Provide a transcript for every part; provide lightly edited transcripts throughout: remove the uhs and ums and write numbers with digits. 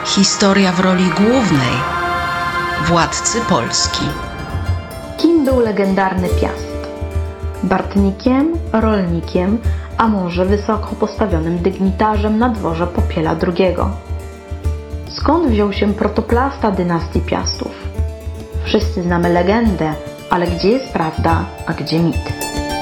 Historia w roli głównej władcy Polski. Kim był legendarny Piast? Bartnikiem, rolnikiem, a może wysoko postawionym dygnitarzem na dworze Popiela II. Skąd wziął się protoplasta dynastii Piastów? Wszyscy znamy legendę, ale gdzie jest prawda, a gdzie mit?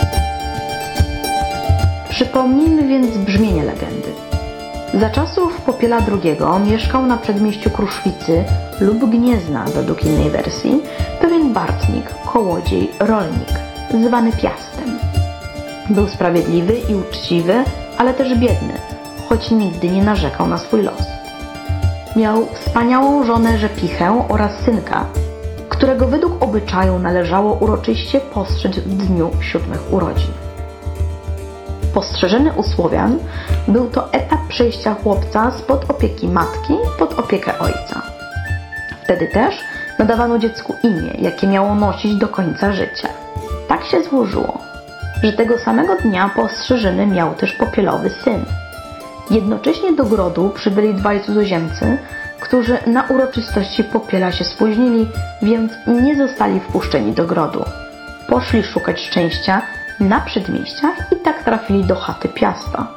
Przypomnijmy więc brzmienie legendy. Za czasów Popiela II mieszkał na przedmieściu Kruszwicy lub Gniezna, według innej wersji, pewien bartnik, kołodziej, rolnik, zwany Piastem. Był sprawiedliwy i uczciwy, ale też biedny, choć nigdy nie narzekał na swój los. Miał wspaniałą żonę Rzepichę oraz synka, którego według obyczaju należało uroczyście postrzec w dniu 7 urodzin. Postrzeżony u Słowian był to etap przejścia chłopca spod opieki matki pod opiekę ojca. Wtedy też nadawano dziecku imię, jakie miało nosić do końca życia. Tak się złożyło, że tego samego dnia postrzeżony miał też popielowy syn. Jednocześnie do grodu przybyli dwaj cudzoziemcy, którzy na uroczystości Popiela się spóźnili, więc nie zostali wpuszczeni do grodu. Poszli szukać szczęścia na przedmieściach i tak trafili do chaty Piasta.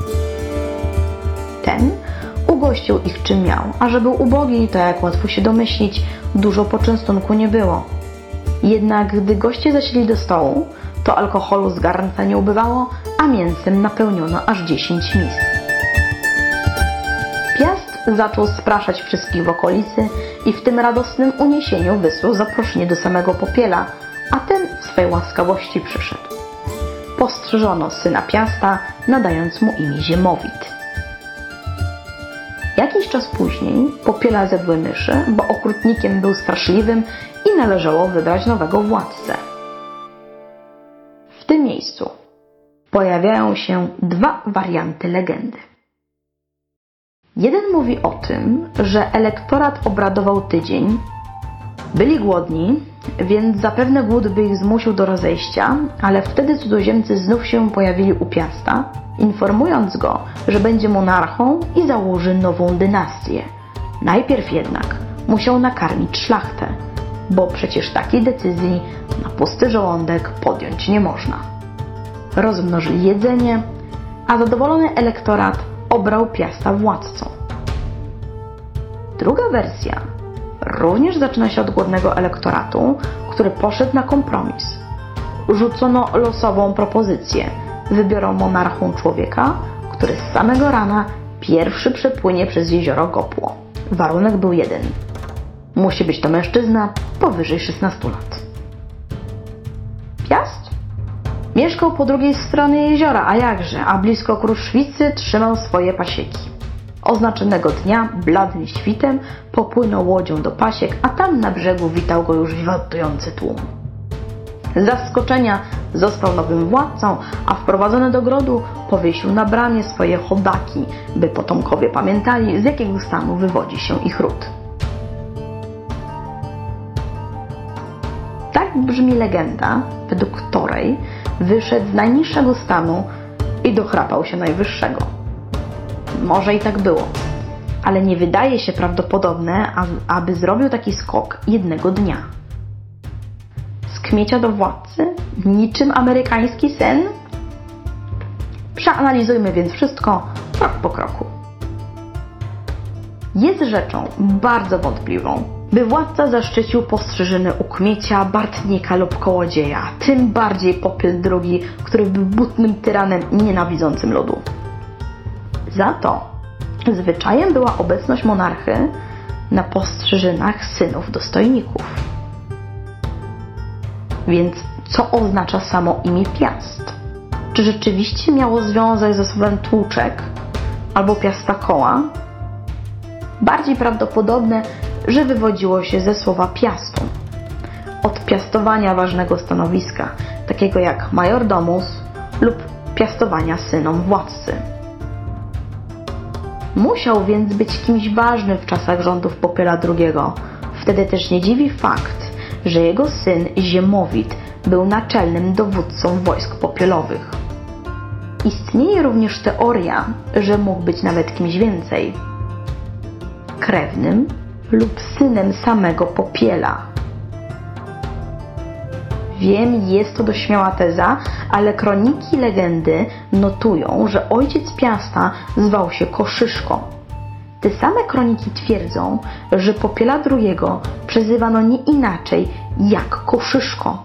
Ten ugościł ich czym miał, a że był ubogi, to jak łatwo się domyślić, dużo poczęstunku nie było. Jednak gdy goście zasiedli do stołu, to alkoholu z garnca nie ubywało, a mięsem napełniono aż 10 mis. Piast zaczął spraszać wszystkich w okolicy i w tym radosnym uniesieniu wysłał zaproszenie do samego Popiela, a ten w swej łaskawości przyszedł. Postrzeżono syna Piasta, nadając mu imię Ziemowit. Jakiś czas później Popiela zjadły myszy, bo okrutnikiem był straszliwym i należało wybrać nowego władcę. W tym miejscu pojawiają się dwa warianty legendy. Jeden mówi o tym, że elektorat obradował tydzień, byli głodni, więc zapewne głód by ich zmusił do rozejścia, ale wtedy cudzoziemcy znów się pojawili u Piasta, informując go, że będzie monarchą i założy nową dynastię. Najpierw jednak musiał nakarmić szlachtę, bo przecież takiej decyzji na pusty żołądek podjąć nie można. Rozmnożyli jedzenie, a zadowolony elektorat obrał Piasta władcą. Druga wersja również zaczyna się od głodnego elektoratu, który poszedł na kompromis. Rzucono losową propozycję. Wybiorą monarchą człowieka, który z samego rana pierwszy przepłynie przez jezioro Gopło. Warunek był jeden. Musi być to mężczyzna powyżej 16 lat. Piast mieszkał po drugiej stronie jeziora, a jakże, a blisko Kruszwicy trzymał swoje pasieki. Oznaczonego dnia, bladym świtem, popłynął łodzią do pasiek, a tam na brzegu witał go już wiwatujący tłum. Z zaskoczenia został nowym władcą, a wprowadzony do grodu powiesił na bramie swoje chodaki, by potomkowie pamiętali, z jakiego stanu wywodzi się ich ród. Tak brzmi legenda, według której wyszedł z najniższego stanu i dochrapał się najwyższego. Może i tak było, ale nie wydaje się prawdopodobne, aby zrobił taki skok jednego dnia. Z kmiecia do władcy? Niczym amerykański sen? Przeanalizujmy więc wszystko krok po kroku. Jest rzeczą bardzo wątpliwą, by władca zaszczycił postrzeżony u kmiecia, bartnika lub kołodzieja, tym bardziej Popiel II, który był butnym tyranem nienawidzącym ludu. Za to zwyczajem była obecność monarchy na postrzeżynach synów dostojników. Więc co oznacza samo imię Piast? Czy rzeczywiście miało związek ze słowem tłuczek albo piasta koła? Bardziej prawdopodobne, że wywodziło się ze słowa piastu, od piastowania ważnego stanowiska, takiego jak majordomus lub piastowania synom władcy. Musiał więc być kimś ważnym w czasach rządów Popiela II. Wtedy też nie dziwi fakt, że jego syn Ziemowit był naczelnym dowódcą wojsk popielowych. Istnieje również teoria, że mógł być nawet kimś więcej. krewnym lub synem samego Popiela. Wiem, jest to dość śmiała teza, ale kroniki legendy notują, że ojciec Piasta zwał się Koszyszko. Te same kroniki twierdzą, że Popiela II przezywano nie inaczej jak Koszyszko.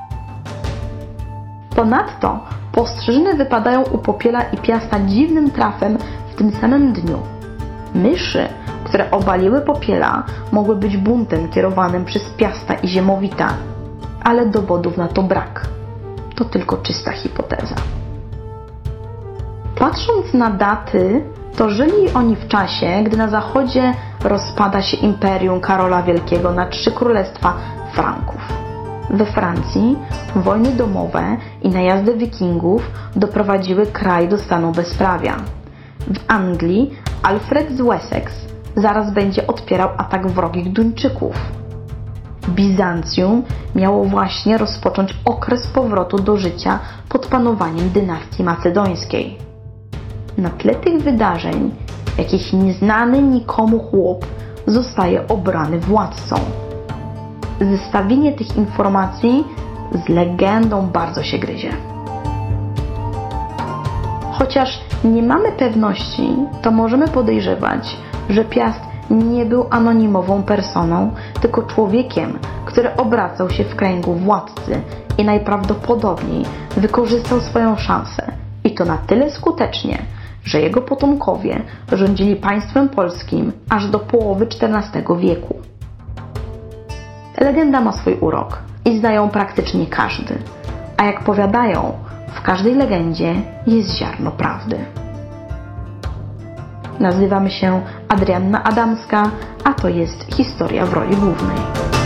Ponadto postrzyżyny wypadają u Popiela i Piasta dziwnym trafem w tym samym dniu. Myszy, które obaliły Popiela, mogły być buntem kierowanym przez Piasta i Ziemowita, ale dowodów na to brak. To tylko czysta hipoteza. Patrząc na daty, to żyli oni w czasie, gdy na zachodzie rozpada się Imperium Karola Wielkiego na 3 królestwa Franków. We Francji wojny domowe i najazdy wikingów doprowadziły kraj do stanu bezprawia. W Anglii Alfred z Wessex zaraz będzie odpierał atak wrogich Duńczyków. Bizancjum miało właśnie rozpocząć okres powrotu do życia pod panowaniem dynastii macedońskiej. Na tle tych wydarzeń jakiś nieznany nikomu chłop zostaje obrany władcą. Zestawienie tych informacji z legendą bardzo się gryzie. Chociaż nie mamy pewności, to możemy podejrzewać, że Piast nie był anonimową personą, tylko człowiekiem, który obracał się w kręgu władcy i najprawdopodobniej wykorzystał swoją szansę. I to na tyle skutecznie, że jego potomkowie rządzili państwem polskim aż do połowy XIV wieku. Legenda ma swój urok i zna ją praktycznie każdy, a jak powiadają, w każdej legendzie jest ziarno prawdy. Nazywam się Adrianna Adamska, a to jest Historia w roli głównej.